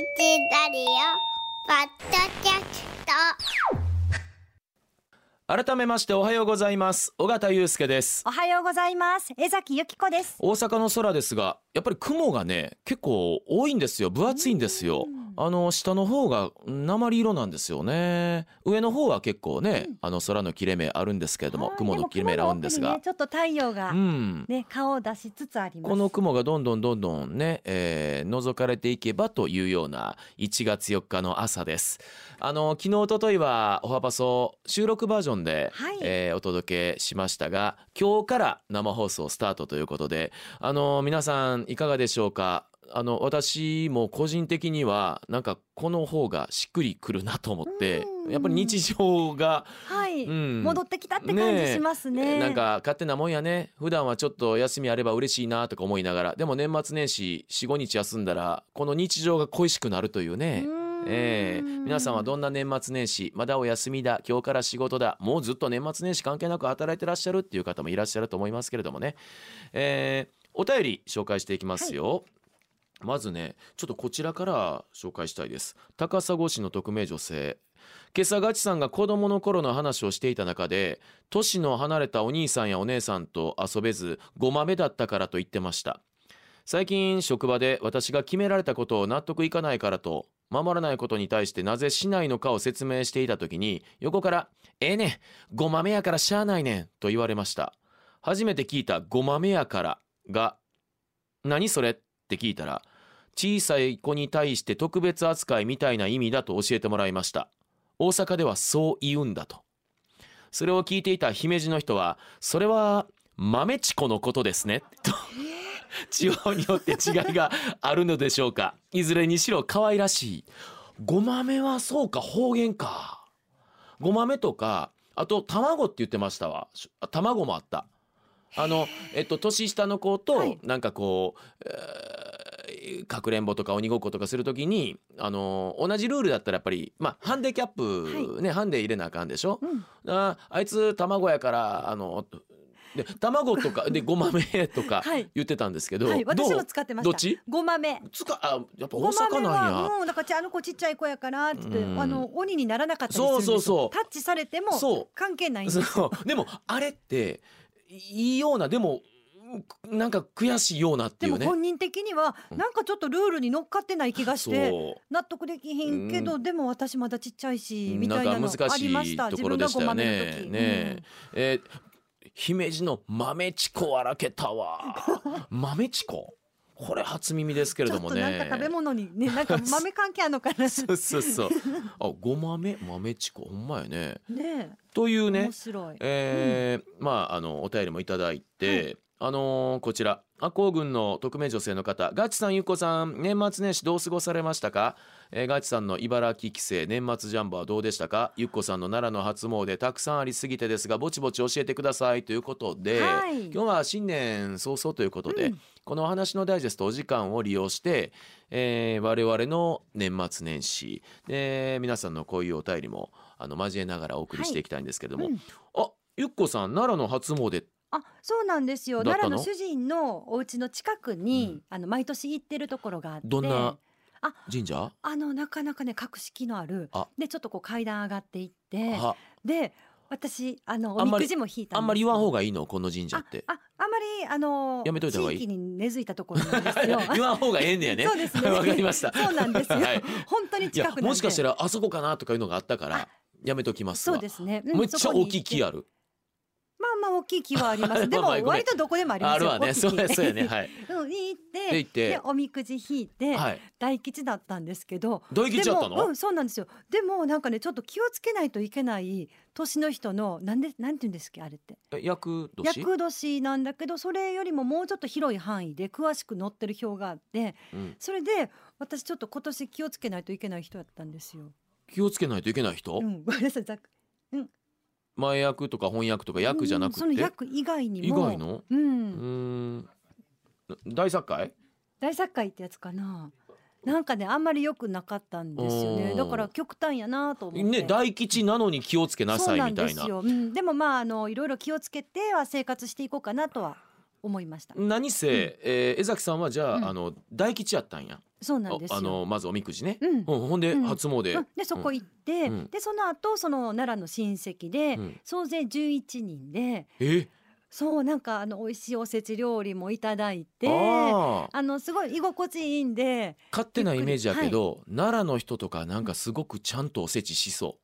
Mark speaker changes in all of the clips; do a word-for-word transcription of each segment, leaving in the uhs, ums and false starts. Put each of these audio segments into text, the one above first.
Speaker 1: ラリオポッドキャス
Speaker 2: ト。改めましておはようございます。尾形祐介です。
Speaker 3: おはようございます。江崎由紀子です。
Speaker 2: 大阪の空ですが、やっぱり雲がね結構多いんですよ。分厚いんですよ。あの下の方が鉛色なんですよね。上の方は結構ね、うん、あの空の切れ目あるんですけれども、雲の切れ目あるんですが、
Speaker 3: ね、ちょっと太陽が、ねうん、顔を出しつつあります。
Speaker 2: この雲がどんどんどんどんね、えー、覗かれていけばというようないちがつよっかの朝です。あの昨日おとといはおはパソ収録バージョンで、はいえー、お届けしましたが、今日から生放送スタートということで、あの皆さんいかがでしょうか。あの私も個人的にはなんかこの方がしっくりくるなと思って、やっぱり日常が、
Speaker 3: はいうん、戻ってきたって感じします ね,
Speaker 2: ねなんか勝手なもんやね。普段はちょっと休みあれば嬉しいなとか思いながら、でも年末年始 よん,ご 日休んだらこの日常が恋しくなるというね。えー、皆さんはどんな年末年始、まだお休みだ、今日から仕事だ、もうずっと年末年始関係なく働いてらっしゃるっていう方もいらっしゃると思いますけれどもね、えー、お便り紹介していきますよ、はいまずねちょっとこちらから紹介したいです。高砂市の匿名女性。今朝ガチさんが子供の頃の話をしていた中で、年の離れたお兄さんやお姉さんと遊べずごまめだったからと言ってました。最近職場で私が決められたことを納得いかないからと守らないことに対してなぜしないのかを説明していた時に、横からええねんごまめやからしゃあないねんと言われました。初めて聞いたごまめやからが何それって聞いたら、小さい子に対して特別扱いみたいな意味だと教えてもらいました。大阪ではそう言うんだと。それを聞いていた姫路の人は、それは豆チコのことですねと地方によって違いがあるのでしょうか。いずれにしろ可愛らしい。ごまめはそうか、方言か。ごまめとか、あと卵って言ってましたわ。卵もあった。あのえっと年下の子と、はい、なんかこう、えーかくれんぼとか鬼ごっことかするときに、あのー、同じルールだったらやっぱり、まあ、ハンデキャップ、ねはい、ハンデ入れなあかんでしょ、うん、あ, あいつ卵やからあので卵とかでごまめとか言ってたんですけど、はいはい、
Speaker 3: 私も使ってました。
Speaker 2: どっち
Speaker 3: ごまめ
Speaker 2: つかあやっぱ大阪なんや。
Speaker 3: うん、だからあの子ちっちゃい子やからってってあの鬼にならなかったりするんですよ。そうそうそう、タッチされても関係ないんですよ。
Speaker 2: そうでもあれっていいような、でもなんか悔しいようなっていうね。
Speaker 3: でも本人的にはなんかちょっとルールに乗っかってない気がして納得できひんけど、でも私まだちっちゃいしみたいなのありました。
Speaker 2: 難しいところでしたよね。
Speaker 3: 自分がごまめの時、
Speaker 2: ねえ、うんえー、姫路の豆チコ荒けたわ豆チコこれ初耳ですけれどもね。
Speaker 3: ちょっとなんか食べ物にね、なんか豆関係あるのかな
Speaker 2: そうそうそうあごまめ豆チコほんまやね。
Speaker 3: ね
Speaker 2: というね
Speaker 3: 面白い、
Speaker 2: えーうん、まああのお便りもいただいて、はいあのー、こちら赤穂郡の匿名女性の方、ガチさんゆっこさん年末年始どう過ごされましたか。えー、ガチさんの茨城帰省年末ジャンボはどうでしたか。ゆっこさんの奈良の初詣たくさんありすぎてですがぼちぼち教えてくださいということで、はい、今日は新年早々ということで、うん、このお話のダイジェストお時間を利用して、えー、我々の年末年始で皆さんのこういうお便りもあの交えながらお送りしていきたいんですけども、はいうん、あゆっこさん奈良の初詣
Speaker 3: あそうなんですよ。奈良の主人のお家の近くに、うん、あの毎年行ってるところがあって。
Speaker 2: どんな神社？
Speaker 3: ああのなかなかね格式のあるでちょっとこう階段上がっていってで私あのおみくじも引いたんですけど、
Speaker 2: あんまり言わん方がいいのこの神社って。
Speaker 3: あ あ, あんまりあの
Speaker 2: やめといた方がいい。
Speaker 3: 地域に根付いたところなんですよ
Speaker 2: 言わん方がええんだよね。
Speaker 3: そうですね
Speaker 2: わかりました。
Speaker 3: そうなんですよ、はい、本当に近くなんで。
Speaker 2: もしかしたらあそこかなとかいうのがあったからやめときますわ。
Speaker 3: そうですね、うん、
Speaker 2: めっちゃ大きい木ある。
Speaker 3: まあまあ大きい木はあります。でも割とどこでもありますよ。
Speaker 2: あるわね。そうそうやね。はい。
Speaker 3: うん、行って、でおみくじ引いて、はい、大吉だったんですけど。
Speaker 2: 大吉だったの？
Speaker 3: うん、そうなんですよ。でもなんかねちょっと気をつけないといけない年の人のなんでなんて言うんですかあれって。
Speaker 2: 厄年？
Speaker 3: 厄年なんだけどそれよりももうちょっと広い範囲で詳しく載ってる表があって、うん、それで私ちょっと今年気をつけないといけない人だったんですよ。
Speaker 2: 気をつけないといけない人？
Speaker 3: うん、ごめんなさいざっくうん。
Speaker 2: 前役とか翻訳とか役じゃなくて、
Speaker 3: うん、その役以外にも
Speaker 2: 以外の、
Speaker 3: うん、
Speaker 2: うん大作会
Speaker 3: 大作会ってやつかな。なんかねあんまり良くなかったんですよね。だから極端やなと思って
Speaker 2: ね。大吉なのに気をつけなさいみたいな。
Speaker 3: そうなんですよ、うん、でもまああのいろいろ気をつけては生活していこうかなとは思いました。
Speaker 2: 何せ、
Speaker 3: うん
Speaker 2: えー江崎さんはじゃあ、
Speaker 3: うん、
Speaker 2: あの大吉やったんや。
Speaker 3: そうなんですよ。
Speaker 2: あのまずおみくじね、
Speaker 3: うん
Speaker 2: うん、ほんで、
Speaker 3: うん
Speaker 2: 初詣、
Speaker 3: うん、でそこ行って、
Speaker 2: うん
Speaker 3: でその後その奈良の親戚で、
Speaker 2: うん、
Speaker 3: 総勢じゅういちにんで、
Speaker 2: え
Speaker 3: そうなんかあの美味しいおせち料理もいただいて、
Speaker 2: あ
Speaker 3: あのすごい居心地いいんで、
Speaker 2: 勝手なイメージやけど、奈良の人とかなんかすごくちゃんとおせちしそう、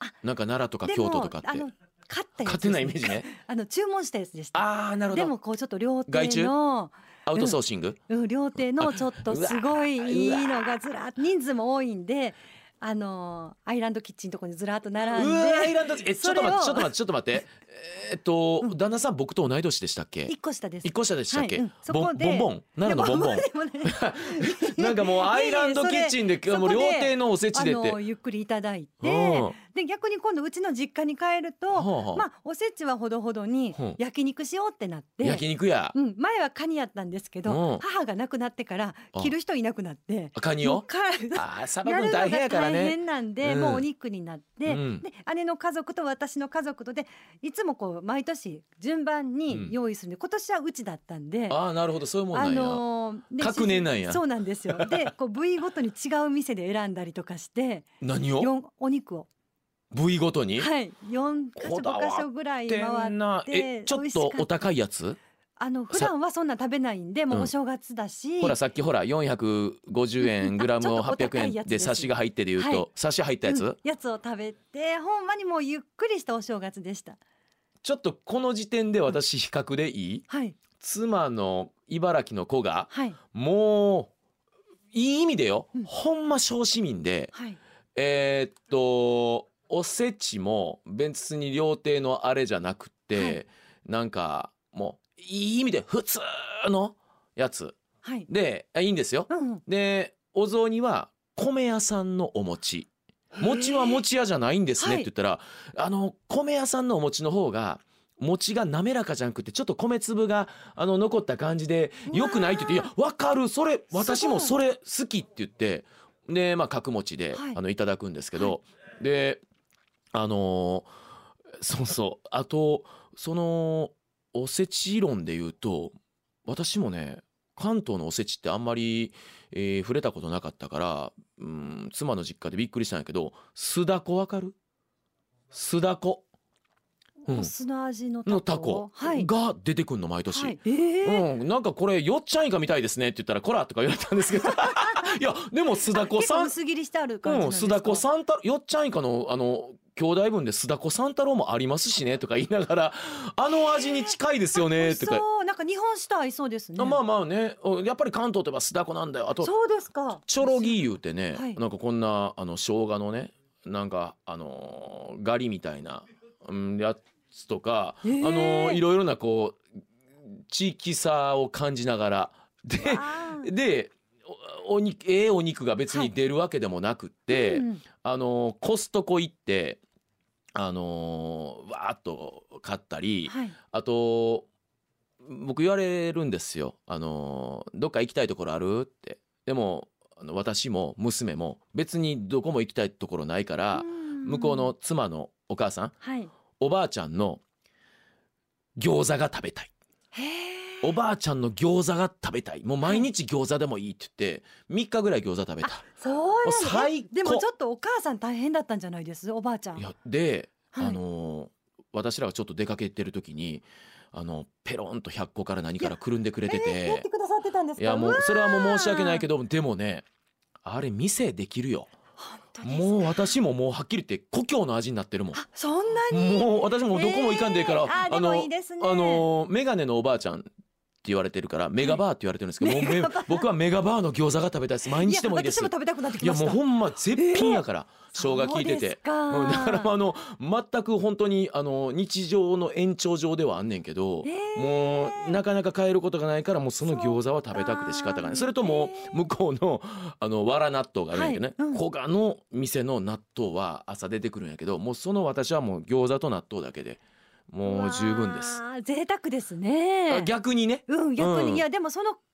Speaker 3: あ
Speaker 2: なんか奈良とか
Speaker 3: でも
Speaker 2: 京都とかって
Speaker 3: あの買ったやつ
Speaker 2: 勝手なイメージね
Speaker 3: あの注文したやつでした。
Speaker 2: ああなるほど。
Speaker 3: でもこうちょっと料
Speaker 2: 外注
Speaker 3: 亭の
Speaker 2: アウトソーシング、
Speaker 3: うん、料亭のちょっとすごいいいのがずらっと人数も多いんで、あのアイランドキッチンのとこにずらっと並ん
Speaker 2: うわアイ
Speaker 3: で、
Speaker 2: ランドえちょっと待ってちょっと待ってちょっと待ってえーっと、
Speaker 3: うん
Speaker 2: 旦那さん僕と同い年でしたっけ？
Speaker 3: 一個下です
Speaker 2: 一個下でしたっけ、
Speaker 3: はいうんそ
Speaker 2: ボ
Speaker 3: こで
Speaker 2: ンボンボン奈良のボンボン
Speaker 3: いやボンボンでもね
Speaker 2: なんかもうアイランドキッチンで
Speaker 3: いやいや
Speaker 2: もう料
Speaker 3: それ
Speaker 2: 亭のおせちでって
Speaker 3: あのゆっくりいただいて、
Speaker 2: うん
Speaker 3: で逆に今度うちの実家に帰ると、
Speaker 2: はあはあ
Speaker 3: まあおせちはほどほどに
Speaker 2: うん
Speaker 3: 焼肉しようってなって、
Speaker 2: 焼肉や、
Speaker 3: うん、前はカニやったんですけ
Speaker 2: うん
Speaker 3: ど、母が亡くなってから切る人いなくなって、
Speaker 2: カニを
Speaker 3: もうか
Speaker 2: あーさば
Speaker 3: やるのが
Speaker 2: くの大変やから
Speaker 3: 大
Speaker 2: ね
Speaker 3: 変なんで、
Speaker 2: うん
Speaker 3: もうお肉になって、
Speaker 2: うん
Speaker 3: で姉の家族と私の家族とでいつもこう毎年順番に用意するんで、今年はうちだったんで、
Speaker 2: ああなるほどそういうもんな
Speaker 3: あ
Speaker 2: んや、
Speaker 3: のーで
Speaker 2: 各年なんや
Speaker 3: そうなんですよ。でこう部位ごとに違う店で選んだりとかして
Speaker 2: 何を
Speaker 3: よんお肉を
Speaker 2: 部位ごとに、
Speaker 3: はいよんか所
Speaker 2: こだわって
Speaker 3: ごか所ぐらい回
Speaker 2: てんな
Speaker 3: って
Speaker 2: えちょっ
Speaker 3: 美味しかた
Speaker 2: とお高いやつ
Speaker 3: あの普段はそんな食べないんでもう
Speaker 2: うん
Speaker 3: お正月だし、
Speaker 2: ほらさっきほらよんひゃくごじゅうえんグラムを
Speaker 3: ちょっとお
Speaker 2: はっぴゃくえん
Speaker 3: 高いやつで
Speaker 2: です差しが入ってで言うと、
Speaker 3: はい
Speaker 2: 差し入ったやつ、
Speaker 3: うんやつを食べてほんまにもうゆっくりしたお正月でした。
Speaker 2: ちょっとこの時点で私比較でいい、
Speaker 3: はい
Speaker 2: 妻の茨城の子が
Speaker 3: はい
Speaker 2: もういい意味でよ、
Speaker 3: うん
Speaker 2: ほんま小市民で
Speaker 3: はい
Speaker 2: えーっとおせちも別に料亭のあれじゃなくて、
Speaker 3: はい
Speaker 2: なんかもういい意味で普通のやつ
Speaker 3: はい
Speaker 2: であいいんですよ。
Speaker 3: うんうん
Speaker 2: でお雑煮は米屋さんのお餅餅は餅屋じゃないんですねって言ったら、あの米屋さんのお餅の方が餅が滑らかじゃなくてちょっと米粒があの残った感じで良くないって言って「いや分かるそれ私もそれ好き」って言ってでまあ角餅で、
Speaker 3: はい
Speaker 2: あのいただくんですけど、であのーそうそうあとそのおせち論で言うと私もね関東のおせちってあんまり、えー触れたことなかったから、うん、妻の実家でびっくりしたんやけど酢だこわかる？酢だこ、うん
Speaker 3: お酢の味のタコ
Speaker 2: のタコ
Speaker 3: はい
Speaker 2: が出てくんの毎年、
Speaker 3: はいえー
Speaker 2: うん、なんかこれよっちゃんイカみたいですねって言ったらこらとか言われたんですけどいやでも酢だこ
Speaker 3: 結構
Speaker 2: さん
Speaker 3: 薄切りしてある感じ
Speaker 2: うん、
Speaker 3: なんですか。
Speaker 2: 須田子三太郎よっちゃんイカのあの兄弟分で須田子三太郎もありますしねとか言いながらあの味に近いですよねとか。
Speaker 3: そうなんか日本酒と合いそうですね。
Speaker 2: あまあまあねやっぱり関東といえば須田子なんだよ。あと
Speaker 3: そうですか。
Speaker 2: チョロギ言うてね、
Speaker 3: はい
Speaker 2: なんかこんなあの生姜のねなんかあのーガリみたいな、うん、やつとか、
Speaker 3: へー
Speaker 2: あのーいろいろなこう地域差を感じながらで
Speaker 3: あー
Speaker 2: でおお肉ええお肉が別に出るわけでもなくって、
Speaker 3: うん
Speaker 2: あのコストコ行ってあのーわーっと買ったり、
Speaker 3: はい
Speaker 2: あと僕言われるんですよ、あのーどっか行きたいところあるって。でもあの私も娘も別にどこも行きたいところないから
Speaker 3: うん
Speaker 2: 向こうの妻のお母さん
Speaker 3: はい
Speaker 2: おばあちゃんの餃子が食べたい、
Speaker 3: へー
Speaker 2: おばあちゃんの餃子が食べたい、もう毎日餃子でもいいって言ってみっかぐらい餃子食べた。
Speaker 3: そうなんですね
Speaker 2: 最高
Speaker 3: でもちょっとお母さん大変だったんじゃないですおばあちゃん。
Speaker 2: いやで、
Speaker 3: はい
Speaker 2: あのー私らがちょっと出かけてる時にあのペロンとひゃっこから何からくるんでくれてて、
Speaker 3: えーやってくださってたんですか。
Speaker 2: いやもうそれはもう申し訳ないけ
Speaker 3: ど
Speaker 2: どでもねあれ店できるよ。
Speaker 3: 本当ですか。
Speaker 2: もう私ももうはっきり言って故郷の味になってるもん。
Speaker 3: あそんなに
Speaker 2: もう私もどこも行かんでいいから、
Speaker 3: えーあーでもいいですね
Speaker 2: あのメガネのおばあちゃんって言われてるからメガバーって言われてるんですけど、もうめ
Speaker 3: メガバー
Speaker 2: 僕はメガバーの餃子が食べたいです。毎日でもいいです。
Speaker 3: や私も食べたくなってき
Speaker 2: いや
Speaker 3: ました。
Speaker 2: もうほんま絶品やから、生姜効いて
Speaker 3: そうです
Speaker 2: て、
Speaker 3: か
Speaker 2: うん、だからあの全く本当にあの日常の延長上ではあんねんけど、
Speaker 3: えー
Speaker 2: もうなかなか買えることがないからもうその餃子は食べたくて仕方がない。それとも向こうのあのわら納豆があるんやけどね、
Speaker 3: はいうん
Speaker 2: 古賀の店の納豆は朝出てくるんやけど、もうその私はもう餃子と納豆だけでもう十分です。
Speaker 3: わー贅沢ですね。
Speaker 2: あ逆にね、
Speaker 3: うん逆に、
Speaker 2: うん
Speaker 3: いやでもその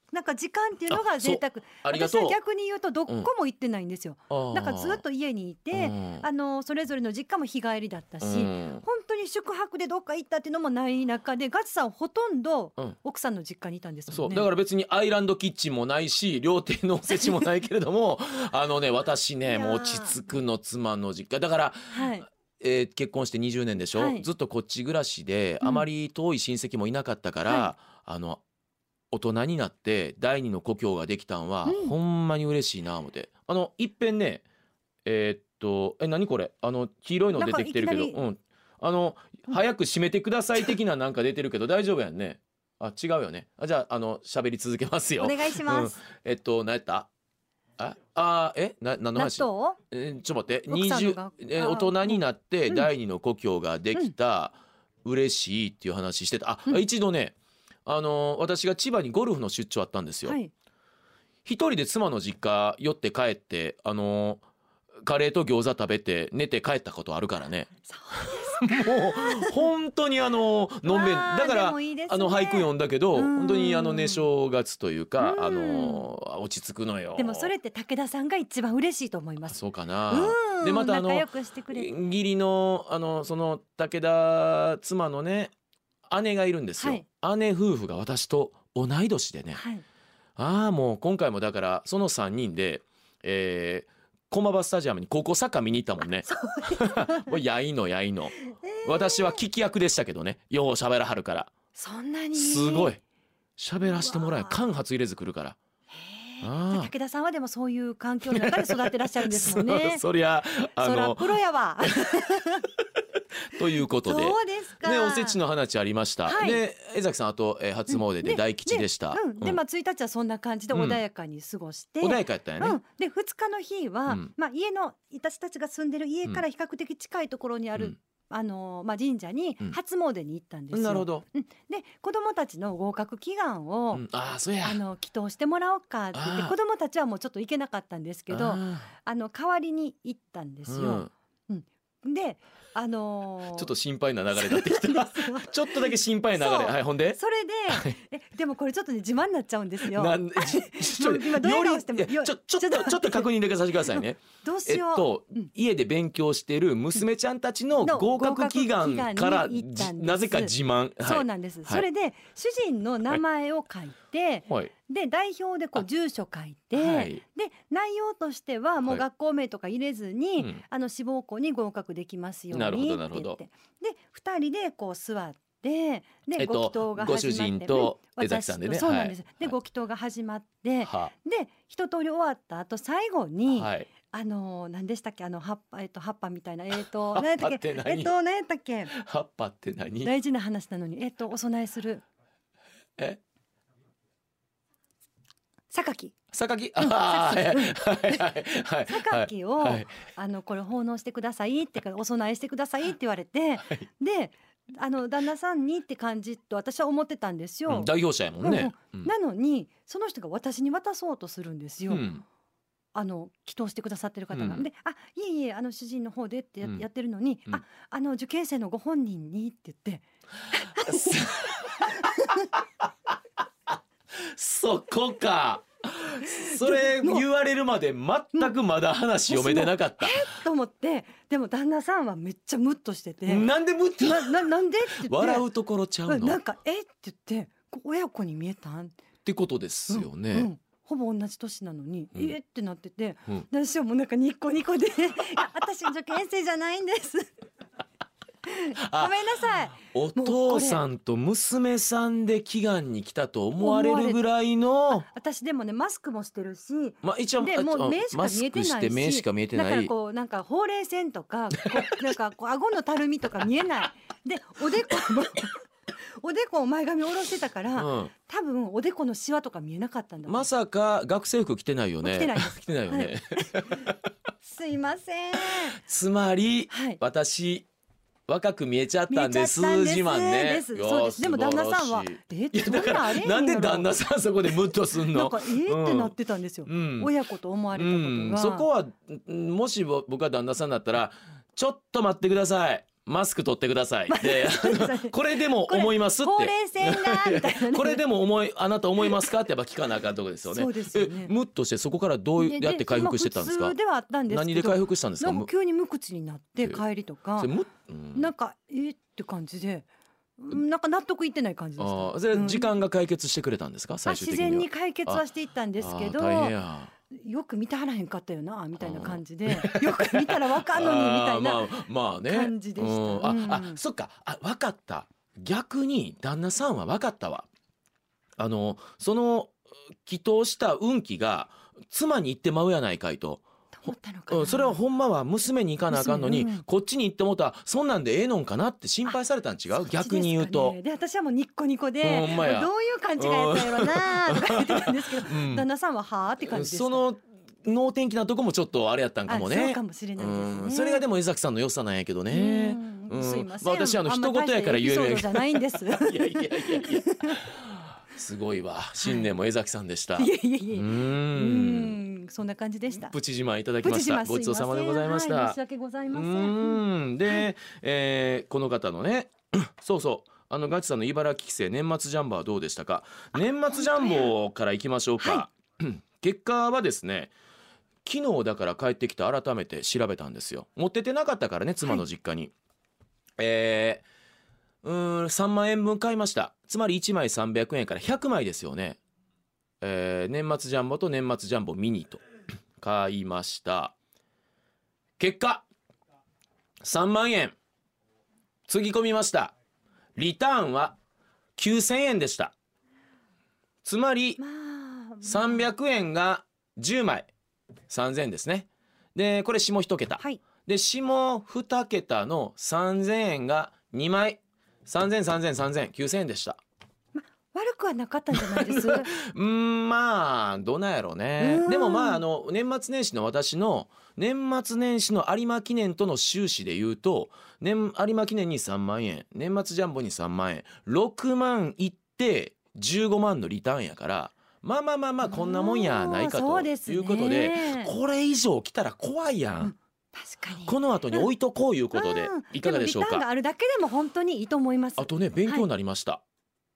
Speaker 3: なんか時間っていうのが贅沢。
Speaker 2: ありがとう。
Speaker 3: 私は逆に言うとどこも行ってないんですよ、
Speaker 2: うん、
Speaker 3: なんかずっと家にいて、うん、あのそれぞれの実家も日帰りだったし、うん、本当に宿泊でどっか行ったっていうのもない中でガチさんほとんど奥さんの実家にいたんですもんね、
Speaker 2: そうだから別にアイランドキッチンもないし料亭のおせちもないけれどもあのね私ねもう落ち着くの妻の実家だから、はい、えー、結婚してにじゅうねんでしょ、はい、ずっとこっち暮らしで、うん、あまり遠い親戚もいなかったから、はい、あの大人になって第二の故郷ができたんは、うん、ほんまに嬉しいな思って。あのいっぺんねえー、っとえ何これあの黄色いの出てきてるけど、うん、あの、うん、早く閉めてください的ななんか出てるけど大丈夫やんね。あ違うよね。あじゃああの喋り続けますよ。
Speaker 3: お願いします、
Speaker 2: うん、えっと何やったああえな何の話えちょっと待ってにじゅうえ大人になって第二の故郷ができた、うん、嬉しいっていう話してた。あ、うん、一度ねあの私が千葉にゴルフの出張あったんですよ、はい、一人で妻の実家寄って帰ってあのカレーと餃子食べて寝て帰ったことあるからね。もう本当にあののんべんだからいい、ね、あの俳句読んだけど本当にあの寝正月というかあの落ち着くのよ。
Speaker 3: でもそれって武田さんが一番嬉しいと思います。
Speaker 2: そうかな。でまたあの義理のあのその武田妻のね姉がいるんですよ、はい、姉夫婦が私と同い年でね、はい、ああもう今回もだからそのさんにんで、えー、駒場スタジアムに高校サッカー見に行ったもんね。やいのやいの、えー、私は聞き役でしたけどねよう喋らはるから
Speaker 3: そんなに
Speaker 2: すごい喋らせてもらえ間髪入れず来るから。
Speaker 3: あ武田さんはでもそういう環境の中で育ってらっしゃるんですもんね。
Speaker 2: そ, そりゃ
Speaker 3: あのそらプロやわ。
Speaker 2: ということで、
Speaker 3: そうですか、
Speaker 2: ね、おせちの話ありました、はい、で江崎さんあと、えー、初詣で大吉でした、
Speaker 3: うん、で、まあ、ついたちはそんな感じで穏やかに過ごして、
Speaker 2: うん、穏やかやったよね、うん、
Speaker 3: でふつかの日は、うんまあ、家の私たちが住んでる家から比較的近いところにある、うんあのまあ、神社に初詣に行ったんですよ、うん、
Speaker 2: なるほど、
Speaker 3: うん、で子どもたちの合格祈願を、うん、
Speaker 2: あそうや
Speaker 3: あの祈祷してもらおうかって言って子どもたちはもうちょっと行けなかったんですけど あ, あの代わりに行ったんですよ、うんうん、であのー、
Speaker 2: ちょっと心配な流れになってきたちょっとだけ心配な流れ、はい、ほんで
Speaker 3: それでえでもこれちょっとね自慢になっちゃうんですよ。
Speaker 2: なんでちょ今どうやってもちょちょっとちょっと確認だけさせてくださいね。
Speaker 3: どうしよう、
Speaker 2: えっと、うん、家で勉強してる娘ちゃんたちの合格祈願からなぜか自慢、はい、
Speaker 3: そうなんです、はい、それで主人の名前を書いて、はい、で代表でこう住所書いて、はい、で内容としてはもう学校名とか入れずに、はいうん、あの志望校に合格できますようにって言ってでふたりでこう座ってで、
Speaker 2: えっと、
Speaker 3: ご祈祷が始まって、
Speaker 2: ご主人と江崎さんでね
Speaker 3: そうなんです、はい、でご祈祷が始まって、はい、で一通り終わった後最後に、はい、あの何でしたっけあの葉っぱ、えっと、葉っぱみたいなえっと何やったっけえっと何やったっけ
Speaker 2: 葉っぱって何
Speaker 3: 大事な話なのにえっとお供えする
Speaker 2: え
Speaker 3: 榊
Speaker 2: 榊あ
Speaker 3: 榊、うんはい、榊を、はい、あのこれ奉納してくださいってかお供えしてくださいって言われて、はい、であの旦那さんにって感じと私は思ってたんですよ、
Speaker 2: うん、代表者やもんね、
Speaker 3: うんうん、なのにその人が私に渡そうとするんですよ、うん、あの祈祷してくださってる方が、うん、であいえいえあの主人の方でって や,、うん、やってるのに、うん、ああの受験生のご本人にって言って
Speaker 2: そこかそれ言われるまで全くまだ話読めてなかった、
Speaker 3: えっと思ってでも旦那さんはめっちゃムッとしてて
Speaker 2: なんでムッと
Speaker 3: な, な, なんでって言って
Speaker 2: 笑うところちゃうの
Speaker 3: なんかえって言って親子に見えたん
Speaker 2: ってことですよね、
Speaker 3: うんうん、ほぼ同じ年なのに、うん、えってなってて、うん、私はもうなんかニッコニコで私受験生じゃないんですごめんなさい
Speaker 2: お父さんと娘さんで祈願に来たと思われるぐらいの
Speaker 3: 私でもねマスクもしてるし、
Speaker 2: まあ、一応
Speaker 3: でもう目しか見えてないしマスクして
Speaker 2: 目しか見えてないだ
Speaker 3: からこうなんかほうれい線とかなんかこう顎のたるみとか見えないでおでこもおでこを前髪下ろしてたから、うん、多分おでこのシワとか見えなかったんだ
Speaker 2: まさか学生服着てないよね
Speaker 3: 着てないです
Speaker 2: 着てないよね、はい、
Speaker 3: すいません
Speaker 2: つまり、はい、私若く見えちゃったんです自慢ね
Speaker 3: ですそうですでも旦那さんはえってそんなあれ
Speaker 2: なんで旦那さんそこでムッとすんの
Speaker 3: なんかえー、ってなってたんですよ、うん、親子と思われたことが、うん、
Speaker 2: そこはもし僕が旦那さんだったらちょっと待ってくださいマスク取ってくださいでこれでも思いますって
Speaker 3: ほうれい線がみたいな、ね、
Speaker 2: これでも思いあなた思いますかってやっぱ聞かなあかんとこですよね。
Speaker 3: そうですよね。
Speaker 2: えムッとしてそこからどうやって回復してたんですか。
Speaker 3: 普通ではあったんですけど、
Speaker 2: 何で回復したんですか。
Speaker 3: なんか急に無口になって帰りとか、うん、なんかえー、って感じでなんか納得いってない感じでした。
Speaker 2: あそれ時間が解決してくれたんですか、うん、最終的には。
Speaker 3: 自然に解決はしていったんですけど、
Speaker 2: 大変や
Speaker 3: よく見てはらへんかったよなみたいな感じでよく見たらわかんのにみたいな感じでした。
Speaker 2: あ、まあまあね、ああそっかあ分かった。逆に旦那さんは分かったわ。あのその祈祷した運気が妻に行ってまうやないかいと。それはほんまは娘に行かなあかんのに、うん、こっちに行ってもうたらそんなんでええのんかなって心配されたん違う、ね、逆に言うと。
Speaker 3: で私はもうニッコニコで、うん、どういう勘違いやったやろなとか言ってたんですけど、うん、旦那さんははあって感じでした。
Speaker 2: その能天気なとこもちょっとあれやったんかもね。
Speaker 3: そうかもしれないですね、
Speaker 2: うん、それがでも江崎さんの良さなんやけどね。
Speaker 3: うん、すいません、まあ、
Speaker 2: 私あの一言やから言える
Speaker 3: じゃないんですいやいやいやいや
Speaker 2: すごいわ、新年も江崎さんでした。
Speaker 3: いやいやいや、うんそんな感じでした。
Speaker 2: プチ自慢いただきました。ごちそうさまでございました。
Speaker 3: はい、申し訳ございません。
Speaker 2: うんで、えー、この方のねそうそうあのガチさんの茨城帰省年末ジャンボはどうでしたか。年末ジャンボからいきましょうか、はい、結果はですね昨日だから帰ってきて改めて調べたんですよ。持っててなかったからね妻の実家に、はい、えーうーんさんまんえんぶん買いました。つまりいちまいさんびゃくえんからひゃくまいですよね、えー、年末ジャンボと年末ジャンボミニと買いました。結果さんまんえんつぎ込みました。リターンはきゅうせんえんでした。つまりさんびゃくえんがじゅうまいさんぜんえんですね。でこれ下一桁、はい、で下二桁のさんぜんえんがにまいさんぜん、さんぜん、さんぜん、きゅうせんえんでした。
Speaker 3: ま、悪くはなかったんじゃないです
Speaker 2: うんまあどうなんやろうね。でもまああの年末年始の私の年末年始の有馬記念との収支で言うと年有馬記念にさんまんえん年末ジャンボにさんまんえんろくまんいってじゅうごまんのリターンやからまあまあまあまあこんなもんやないかということで、これ以上来たら怖いやん、うん
Speaker 3: 確かに
Speaker 2: この後に置いとこういうことでいかがでしょうか。
Speaker 3: でもリターンがあるだけでも本当にいいと思います。
Speaker 2: あとね勉強になりました、はい、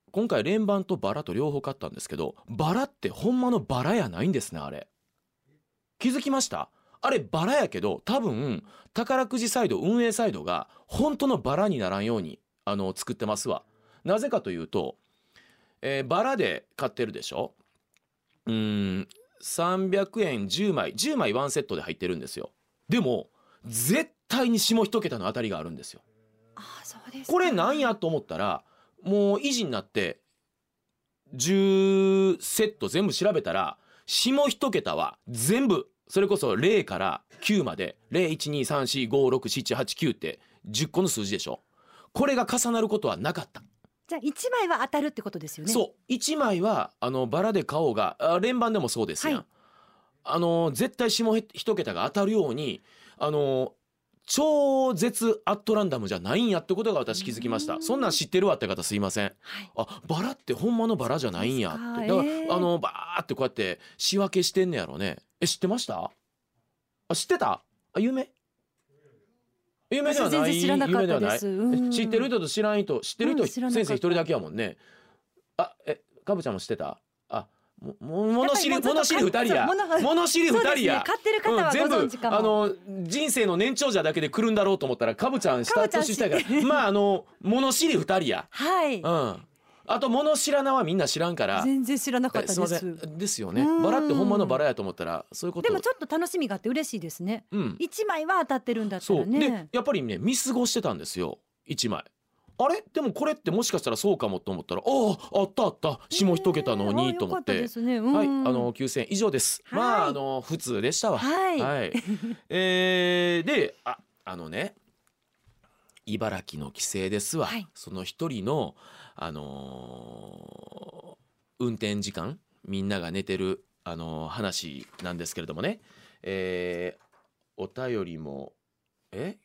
Speaker 2: 今回連番とバラと両方買ったんですけどバラってほんまのバラやないんですね。あれ気づきました。あれバラやけど多分宝くじサイド運営サイドが本当のバラにならんようにあの作ってますわ。なぜかというと、えー、バラで買ってるでしょ。うーんさんびゃくえんじゅうまいじゅうまいワンセットで入ってるんですよ。でも絶対に下一桁の当たりがあるんですよ。
Speaker 3: ああそうですか。
Speaker 2: これなんやと思ったらもう維持になってじゅうセット全部調べたら下一桁は全部それこそゼロからきゅうまでゼロ いち に さん よん ご ろく しち はち きゅうってじゅっこの数字でしょ。これが重なることはなかった。
Speaker 3: じゃあいちまいは当たるってことですよね。
Speaker 2: そういちまいはあのバラで買おうが連番でもそうですやん、はい、あの絶対下一桁が当たるようにあの超絶アットランダムじゃないんやってことが私気づきました。そんなん知ってるわって方すいません、はい、あバラってほんまのバラじゃないんやってだから、えー、あのバーってこうやって仕分けしてんねやろね。え知ってました？あ知ってた？あ有名？有名ではない。
Speaker 3: 全然知らなかったです。うん、
Speaker 2: 知ってる人と知らん人知ってる人、うん、先生一人だけやもんね。あえかぶちゃんも知ってた？も物知り物知り二人や物知り二人や、
Speaker 3: ね、買ってる方はご存知かも、
Speaker 2: うん、全部あの人生の年長者だけで来るんだろうと思ったらかぶちゃん下年下やからまああの物知り二人や
Speaker 3: はい、
Speaker 2: うん、あと物知らなはみんな知らんから
Speaker 3: 全然知らなかったです。
Speaker 2: すいませんですよね。バラってほんまのバラやと思ったらそういうこと。
Speaker 3: でもちょっと楽しみがあって嬉しいですね、うん、いちまいは当たってるんだったらね。
Speaker 2: そうでやっぱりね見過ごしてたんですよいちまい。あれでもこれってもしかしたらそうかもと思ったらあああったあった下一桁のにと思って、えーねうん、はいあのきゅうせんえん以上です、はい、まああの普通でしたわ。
Speaker 3: はい、
Speaker 2: はい、えー、でああのね茨城の帰省ですわ、はい、その一人のあのー、運転時間みんなが寝てる、あのー、話なんですけれどもね、えー、お便りもえ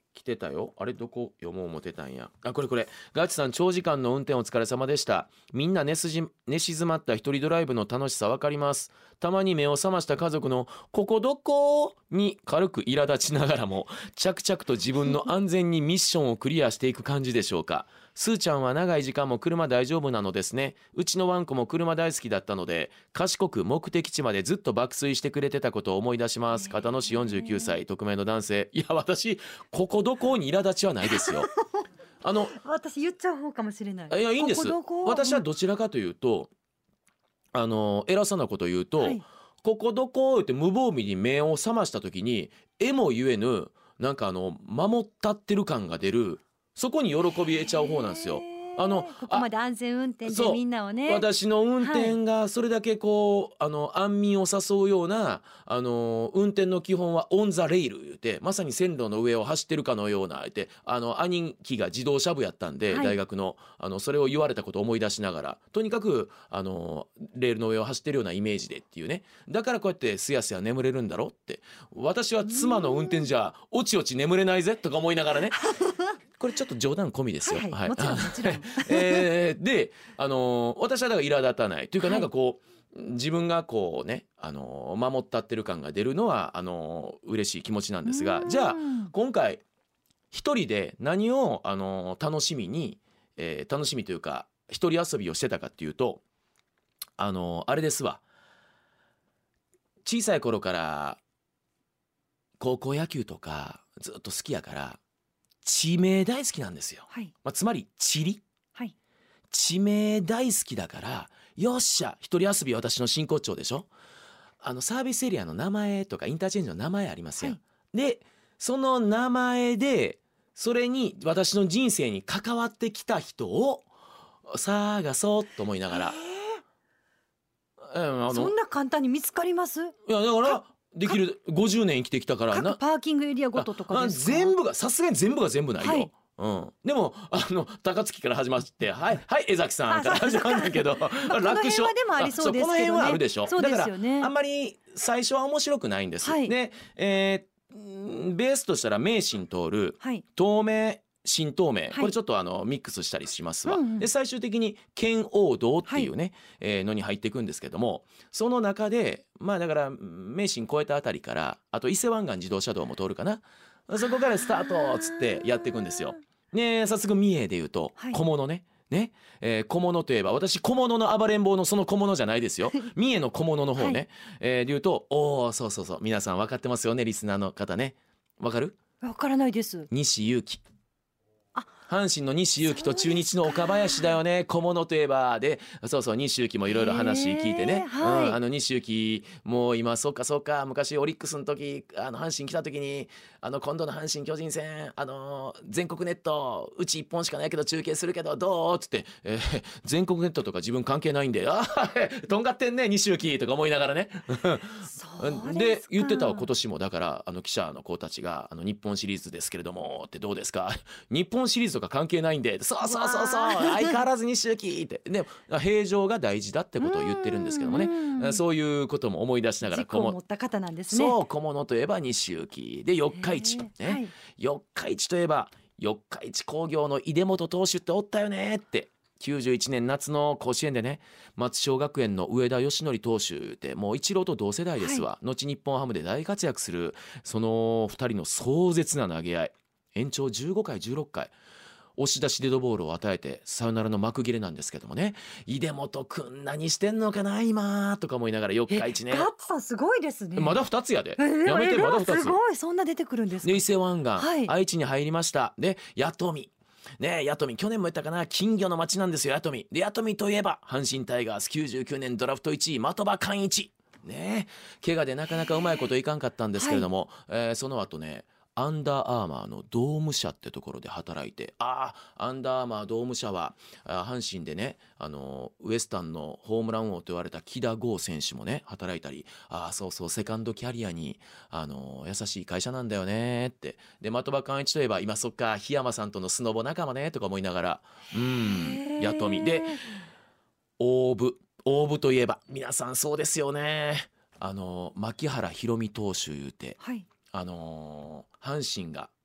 Speaker 2: 来てたよ。あれどこ読もう思ってたんや。あ、これこれ。ガチさん、長時間の運転お疲れ様でした。みんな寝すじ寝静まった一人ドライブの楽しさわかります。たまに目を覚ました家族のここどこに軽く苛立ちながらも着々と自分の安全にミッションをクリアしていく感じでしょうか。スーちゃんは長い時間も車大丈夫なのですね。うちのワンコも車大好きだったので賢く目的地までずっと爆睡してくれてたことを思い出します。片野市よんじゅうきゅうさい匿名の男性。いや私ここどこに苛立ちはないですよ。あの
Speaker 3: 私言っちゃう方かもしれない。
Speaker 2: いやいいんです。
Speaker 3: ここどこ
Speaker 2: 私はどちらかというと、あの偉そうなこと言うと、
Speaker 3: はい、
Speaker 2: ここどこって無防備に目を覚ました時にえも言えぬなんかあの守ったってる感が出る、そこに喜び得ちゃう方なんですよ。あの
Speaker 3: ここまで安全運転でみんなをね、
Speaker 2: 私の運転がそれだけこう、あの安眠を誘うようなあの運転の基本はオンザレイル言うて、まさに線路の上を走ってるかのような言うて、あの兄貴が自動車部やったんで、
Speaker 3: はい、
Speaker 2: 大学のあのそれを言われたことを思い出しながら、とにかくあのレールの上を走ってるようなイメージでっていうね、だからこうやってすやすや眠れるんだろって、私は妻の運転じゃおちおち眠れないぜとか思いながらねこれちょっと冗談込みですよ。
Speaker 3: はいはい、もちろんもちろん
Speaker 2: えー、で、あのー、私はだから苛立たないというか、なんかこう、はい、自分がこうね、あのー、守ったってる感が出るのはあのー、嬉しい気持ちなんですが、じゃあ今回一人で何を、あのー、楽しみに、えー、楽しみというか一人遊びをしてたかっていうと、あのー、あれですわ。小さい頃から高校野球とかずっと好きやから地名大好きなんですよ。
Speaker 3: はい、
Speaker 2: まあ、つまり地理、
Speaker 3: はい、
Speaker 2: 地名大好きだからよっしゃ一人遊び私の真骨頂でしょ。あのサービスエリアの名前とかインターチェンジの名前ありますよ、はい、でその名前でそれに私の人生に関わってきた人を探そうと思いながら、
Speaker 3: えー、あのそんな簡単に見つかります？
Speaker 2: いやだからできるごじゅうねん生きてきたからな。
Speaker 3: パーキングエリアごととかですか？
Speaker 2: 全部がさすがに全部が全部ないよ、はい、うん、でもあの高槻から始まってはいはい江崎さんから始まるんだけど、まあ、楽勝
Speaker 3: この辺はでもありそうですけどね。
Speaker 2: この辺はあるでしょ。
Speaker 3: そうですよね。
Speaker 2: だからあんまり最初は面白くないんです、はい、で、えー、ベースとしたら名神通る、はい、東名新東名、はい、これちょっとあのミックスしたりしますわ、うんうん、で最終的に圏央道っていうね、はい、えー、のに入っていくんですけども、その中でまあだから名神越えたあたりからあと伊勢湾岸自動車道も通るかな、そこからスタートっつってやっていくんですよ。ね、早速三重でいうと小物ね、ね、えー、小物といえば私小物の暴れん坊のその小物じゃないですよ三重の小物の方ね、はい、えー、でいうとおおそうそうそう皆さん分かってますよね、リスナーの方ね。分かる？
Speaker 3: 分からないです。
Speaker 2: 西勇輝、阪神の西勇輝と中日の岡林だよね、小物といえば。でそうそう西勇輝もいろいろ話聞いてね、はい、うん、あの西勇輝もう今そうかそうか昔オリックスの時あの阪神来た時にあの今度の阪神巨人戦あの全国ネットうちいっぽんしかないけど中継するけどどうっつって、えー、全国ネットとか自分関係ないんであとんがってんね西勇輝とか思いながらねで言ってたわ。今年もだからあの記者の子たちがあの日本シリーズですけれどもってどうですか日本シリーズとか関係ないんで、そうそうそうそう相変わらず西行ってで平常が大事だってことを言ってるんですけどもね、そういうことも思い出しながら
Speaker 3: 軸を持った方なんですね。
Speaker 2: そう小物といえば西行で四日市ね、はい、四日市といえば四日市工業の出本投手っておったよねってきゅうじゅういちねん夏の甲子園でね松商学園の上田義則投手ってもうイチローと同世代ですわ、はい、後日本ハムで大活躍するそのふたりの壮絶な投げ合い、延長じゅうごかいじゅうろっかい押し出しデッドボールを与えてサヨナラの幕切れなんですけどもね、出本くん何してんのかな今とか思いながら四日市ね。
Speaker 3: ガッツさんすごいですね。
Speaker 2: まだふたつやで、
Speaker 3: えー、
Speaker 2: やめてまだふたつ。
Speaker 3: すごいそんな出てくるんですか。
Speaker 2: で伊勢湾岸、はい、愛知に入りました。で弥富ね、弥富去年も言ったかな、金魚の町なんですよ弥富で。弥富といえば阪神タイガースきゅうじゅうきゅうねんドラフトいちい的場寛一ね、怪我でなかなかうまいこといかんかったんですけれども、はい、えー、その後ねアンダーアーマーのドーム社ってところで働いて、ああアンダーアーマードーム社は阪神でねあのウエスタンのホームラン王と言われた木田剛選手もね働いたり、ああそうそうセカンドキャリアにあの優しい会社なんだよねって。で的場寛一といえば今そっか檜山さんとのスノボ仲間ねとか思いながら、うん弥富で大部大部といえば皆さんそうですよね、あの牧原宏美投手言うて、はい、あのー、阪神が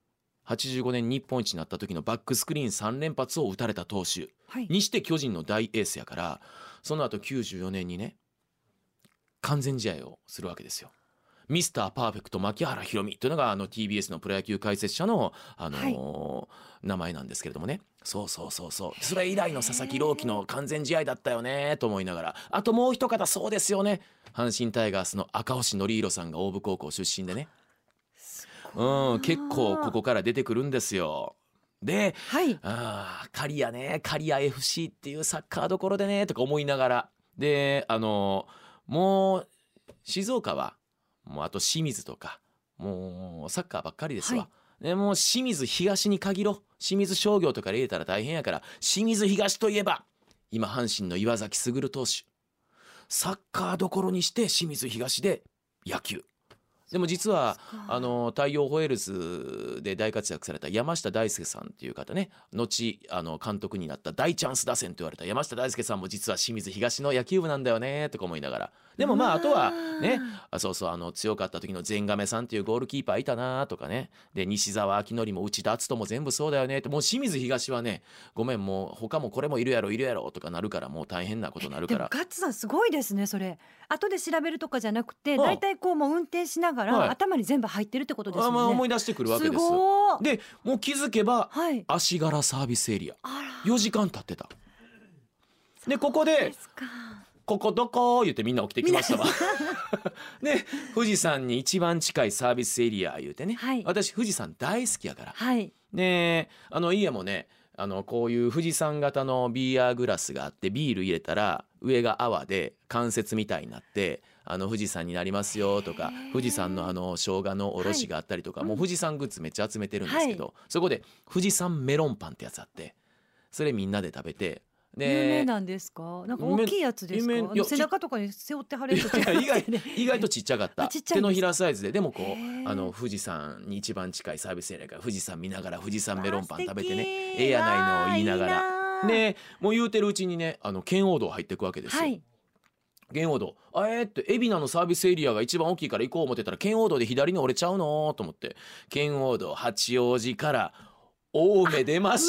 Speaker 2: はちじゅうごねん日本一になった時のバックスクリーンさん連発を打たれた投手にして巨人の大エースやから、その後きゅうじゅうよねんにね完全試合をするわけですよ。ミスターパーフェクト牧原宏美というのがあの ティービーエス のプロ野球解説者の、あのーはい、名前なんですけれどもね。そうそうそうそう、それ以来の佐々木朗希の完全試合だったよねと思いながら、あともう一方そうですよね、阪神タイガースの赤星憲広さんが大府高校出身でね、うん、結構ここから出てくるんですよ。で、はい、あ刈谷ね、刈谷 エフシー っていうサッカーどころでねとか思いながら、であのもう静岡はもうあと清水とかもうサッカーばっかりですわ、はい、でもう清水東に限ろう。清水商業とか入れたら大変やから、清水東といえば今阪神の岩崎優投手、サッカーどころにして清水東で野球。でも実はあの太陽ホエールズで大活躍された山下大輔さんっていう方ね、後あの監督になった大チャンス打線と言われた山下大輔さんも実は清水東の野球部なんだよねとか思いながら、でもまああとはね、あそうそうあの強かった時の全亀さんっていうゴールキーパーいたなとかね、で西澤明則も内田篤人も全部そうだよねって、もう清水東はね、ごめんもう他もこれもいるやろいるやろとかなるから、もう大変なことになるから。
Speaker 3: でもガッツさんすごいですねそれ。後で調べるとかじゃなくて、だいたいこうもう運転しながら、はい、頭に全部入ってるってことですよね。
Speaker 2: あ、まあ、思い出してくるわけです。
Speaker 3: すごー。
Speaker 2: でもう気づけば、はい、足柄サービスエリアよじかん経ってた。でここでここどこ言ってみんな起きてきましたわで富士山に一番近いサービスエリア言うてね、はい、私富士山大好きやから、はい、であの家もねあのこういう富士山型のビーアーグラスがあって、ビール入れたら上が泡で関節みたいになってあの富士山になりますよとか、富士山のあの生姜のおろしがあったりとか、はい、もう富士山グッズめっちゃ集めてるんですけど、はい、そこで富士山メロンパンってやつあって、それみんなで食べて、で
Speaker 3: 有名なんですか？なんか大きいやつですか？背中とかに背負ってはれると
Speaker 2: 意外意外とちっちゃかった手のひらサイズで、でもこうあの富士山に一番近いサービスエリアから富士山見ながら富士山メロンパン食べてね、ええやないのを言いながら、でもう言うてるうちにね、あの圏央道入っていくわけですよ、はい、圏央道あえーって海老名のサービスエリアが一番大きいから行こう思ってたら、圏央道で左に折れちゃうのと思って、圏央道八王子から青梅出ました。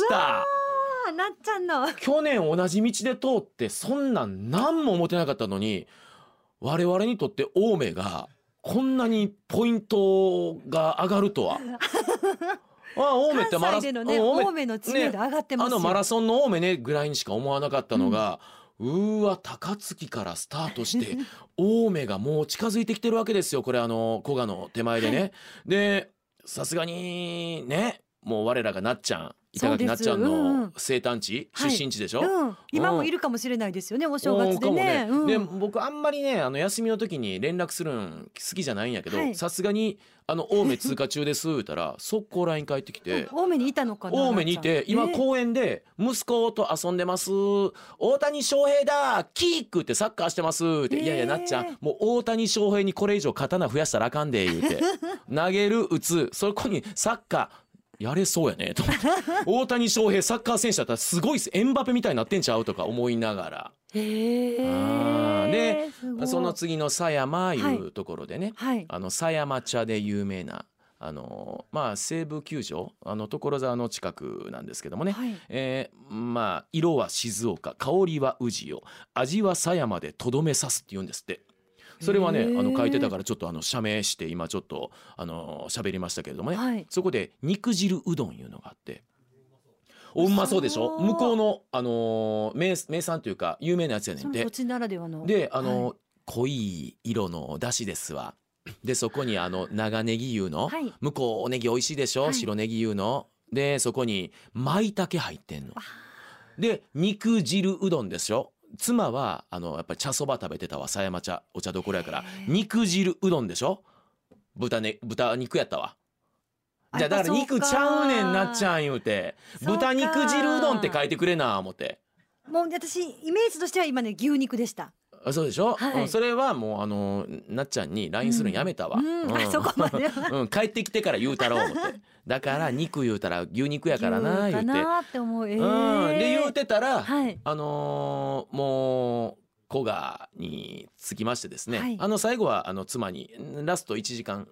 Speaker 3: なっちゃんの
Speaker 2: 去年同じ道で通ってそんなん何も思ってなかったのに、我々にとって青梅がこんなにポイントが上がるとはあ青梅ってマラソン、
Speaker 3: ね、青梅の知名度上がってますよ、
Speaker 2: ね、あのマラソンの青梅ねぐらいにしか思わなかったのが、うん、うわ高槻からスタートして青梅がもう近づいてきてるわけですよ。これあの古賀の手前でね、はい、でさすがにねもう我らがなっちゃん板垣なっちゃんの生誕地、うん、出身地でしょ、はいうん、
Speaker 3: 今もいるかもしれないですよね、お正月でね、ね、うん、
Speaker 2: で僕あんまりねあの休みの時に連絡するん好きじゃないんやけど、さすがにあの青梅通過中です言ったら速攻 ライン 返ってきて
Speaker 3: 青梅にいたのかな、
Speaker 2: 青梅にいて今公園で息子と遊んでます、大谷翔平だキークってサッカーしてますって、いやいやなっちゃんもう大谷翔平にこれ以上刀増やしたらあかんで言うて投げる打つそこにサッカーやれそうやねと思って大谷翔平サッカー選手だったらすごいエンバペみたいになってんちゃうとか思いながら、
Speaker 3: へー
Speaker 2: でその次の狭山いうところでね、はい、あの狭山茶で有名なあのまあ西武球場あの所沢の近くなんですけどもね、はい、えー、まあ色は静岡香りは宇治よ味は狭山でとどめさすって言うんですって。それはねあの書いてたからちょっとあの社名して今ちょっとあの喋りましたけれどもね、はい、そこで肉汁うどんいうのがあっておうまそうでしょ。向こうの、あのー、名, 名産というか有名なやつやねんて。
Speaker 3: その土地ならではの
Speaker 2: であの、はい、濃い色のだしですわ。でそこにあの長ネギ油の、はい、向こうおネギ美味しいでしょ、はい、白ネギ油のでそこに舞茸入ってんので肉汁うどんでしょ。妻はあのやっぱり茶そば食べてたわ。狭山茶お茶どころやから肉汁うどんでしょ。豚、ね、豚肉やったわ。じゃあだから肉ちゃうねんなっちゃん言うて豚肉汁うどんって書いてくれな思って。
Speaker 3: もう私イメージとしては今ね牛肉でした。
Speaker 2: あそうでしょ、はい、うん、それはもうあのなっちゃんに ライン するのやめたわ、
Speaker 3: うんうんうん、そこまで、
Speaker 2: うん、帰ってきてから言うたろう思ってだから肉言うたら牛肉やからな言うて
Speaker 3: 牛かなって思う、えー、
Speaker 2: うん、で言うてたら、はい、あのー、もう古賀に着きましてですね、はい、あの最後はあの妻にラストいちじかん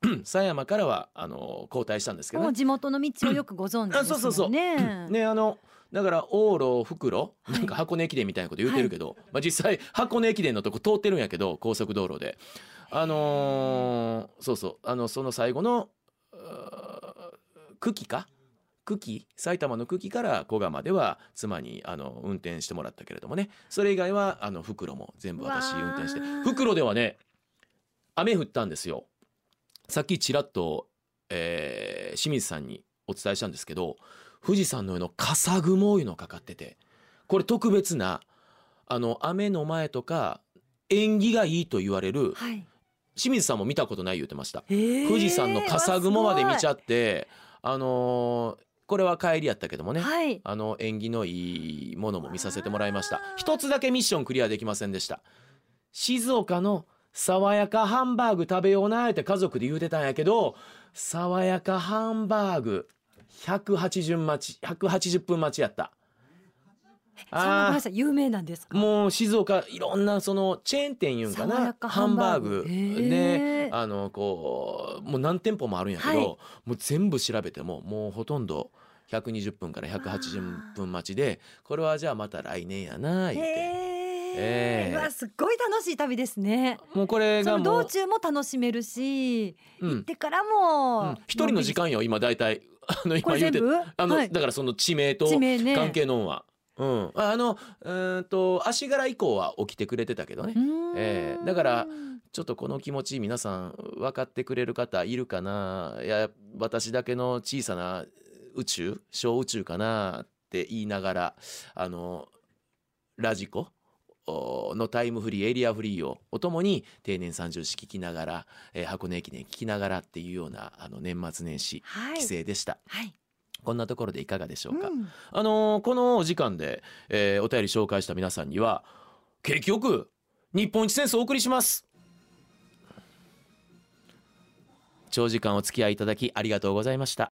Speaker 2: 狭山からはあの交代したんですけど、ね、
Speaker 3: 地元の道をよくご存知ですもんね。
Speaker 2: そうそうそうね、あのだから往路袋なんか箱根駅伝みたいなこと言ってるけど、はい、まあ、実際箱根駅伝のとこ通ってるんやけど、高速道路であのー、そうそうあのその最後の久喜か久喜埼玉の久喜から古賀までは妻にあの運転してもらったけれどもね、それ以外はあの袋も全部私運転して、袋ではね雨降ったんですよ。さっきちらっと、えー、清水さんにお伝えしたんですけど、富士山の上の笠雲いうのかかってて、これ特別なあの雨の前とか縁起がいいと言われる、はい、清水さんも見たことない言ってました。富士山の笠雲まで見ちゃって、あのー、これは帰りやったけどもね、はい、あの縁起のいいものも見させてもらいました。一つだけミッションクリアできませんでした。静岡の爽やかハンバーグ食べようなって家族で言うてたんやけど、爽やかハンバーグひゃくはちじゅう待ちひゃくはちじゅっぷん待ちやった。
Speaker 3: そんなごめんなさい、有名なんですか？
Speaker 2: もう静岡いろんなそのチェーン店いうんかな、ハンバーグであのこうもう何店舗もあるんやけど、はい、もう全部調べてももうほとんどひゃくにじゅっぷんからひゃくはちじゅっぷん待ちで、これはじゃあまた来年やな言って。
Speaker 3: えー、うわすっごい楽しい旅ですね。
Speaker 2: もうこれがもう
Speaker 3: 道中も楽しめるし、うん、行ってからも
Speaker 2: 一、うん、人の時間よ今だいたいあの今言うてあの、はい、だからその地名と関係のは、ね、うん、あのうんと足柄以降は起きてくれてたけどね、えー、だからちょっとこの気持ち皆さん分かってくれる方いるかな、いや私だけの小さな宇宙小宇宙かなって言いながらあのラジコのタイムフリーエリアフリーをおともに定年三十四聞きながら、えー、箱根駅伝聞きながらっていうようなあの年末年始、はい、帰省でした、はい、こんなところでいかがでしょうか、うん、あのー、このお時間で、えー、お便り紹介した皆さんには景気よく日本一センスをお送りします。長時間お付き合いいただきありがとうございました。